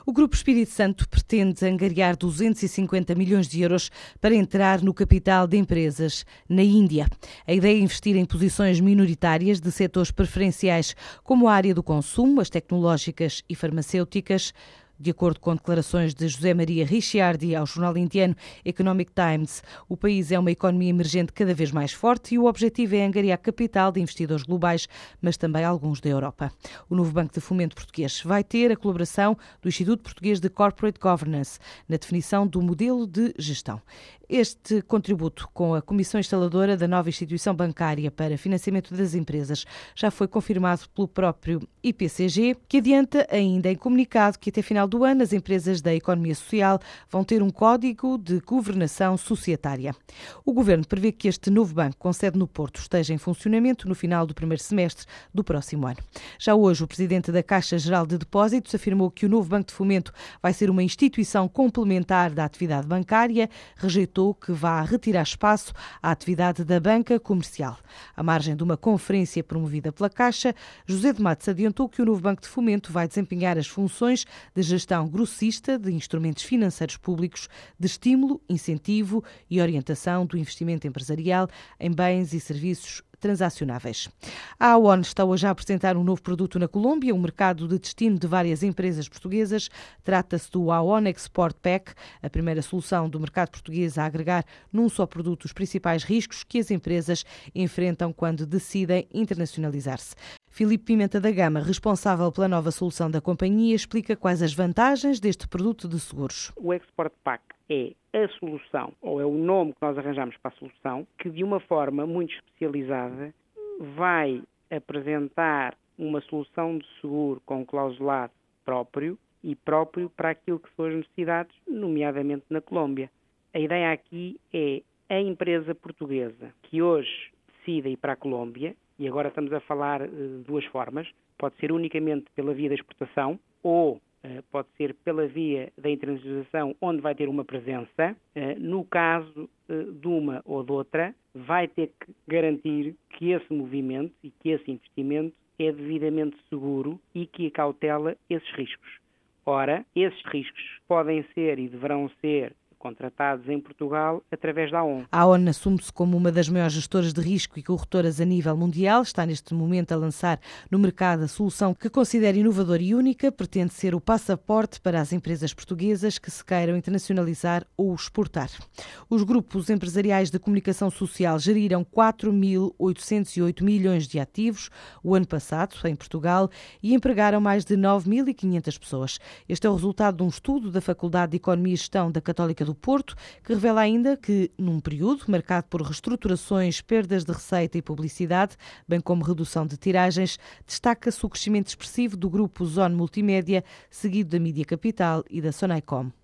O Grupo Espírito Santo pretende angariar 250 milhões de euros para entrar no capital de empresas na Índia. A ideia é investir em posições minoritárias de setores preferenciais como a área do consumo, as tecnológicas e farmacêuticas. De acordo com declarações de José Maria Ricciardi ao jornal indiano Economic Times, o país é uma economia emergente cada vez mais forte e o objetivo é angariar capital de investidores globais, mas também alguns da Europa. O novo Banco de Fomento Português vai ter a colaboração do Instituto Português de Corporate Governance na definição do modelo de gestão. Este contributo com a Comissão Instaladora da nova instituição bancária para financiamento das empresas já foi confirmado pelo próprio IPCG, que adianta ainda em comunicado que até final do ano as empresas da economia social vão ter um código de governação societária. O Governo prevê que este novo banco com sede no Porto esteja em funcionamento no final do primeiro semestre do próximo ano. Já hoje, o presidente da Caixa Geral de Depósitos afirmou que o novo Banco de Fomento vai ser uma instituição complementar da atividade bancária, rejeitou que vá retirar espaço à atividade da banca comercial. À margem de uma conferência promovida pela Caixa, José de Matos adiantou que o novo Banco de Fomento vai desempenhar as funções de gestão grossista de instrumentos financeiros públicos, de estímulo, incentivo e orientação do investimento empresarial em bens e serviços transacionáveis. A AON está hoje a apresentar um novo produto na Colômbia, um mercado de destino de várias empresas portuguesas. Trata-se do AON Export Pack, a primeira solução do mercado português a agregar num só produto os principais riscos que as empresas enfrentam quando decidem internacionalizar-se. Filipe Pimenta da Gama, responsável pela nova solução da companhia, explica quais as vantagens deste produto de seguros. O Export Pack é a solução, ou é o nome que nós arranjamos para a solução, que de uma forma muito especializada vai apresentar uma solução de seguro com clausulado próprio e próprio para aquilo que são as necessidades, nomeadamente na Colômbia. A ideia aqui é a empresa portuguesa que hoje decide ir para a Colômbia, e agora estamos a falar de duas formas, pode ser unicamente pela via da exportação ou pode ser pela via da internacionalização, onde vai ter uma presença. No caso de uma ou de outra, vai ter que garantir que esse movimento e que esse investimento é devidamente seguro e que acautela esses riscos. Ora, esses riscos podem ser e deverão ser contratados em Portugal através da AON. A AON assume-se como uma das maiores gestoras de risco e corretoras a nível mundial. Está neste momento a lançar no mercado a solução que considera inovadora e única. Pretende ser o passaporte para as empresas portuguesas que se queiram internacionalizar ou exportar. Os grupos empresariais de comunicação social geriram 4.808 milhões de ativos o ano passado em Portugal e empregaram mais de 9.500 pessoas. Este é o resultado de um estudo da Faculdade de Economia e Gestão da Católica do Porto, que revela ainda que, num período marcado por reestruturações, perdas de receita e publicidade, bem como redução de tiragens, destaca-se o crescimento expressivo do grupo Zone Multimédia, seguido da Mídia Capital e da Sonaicom.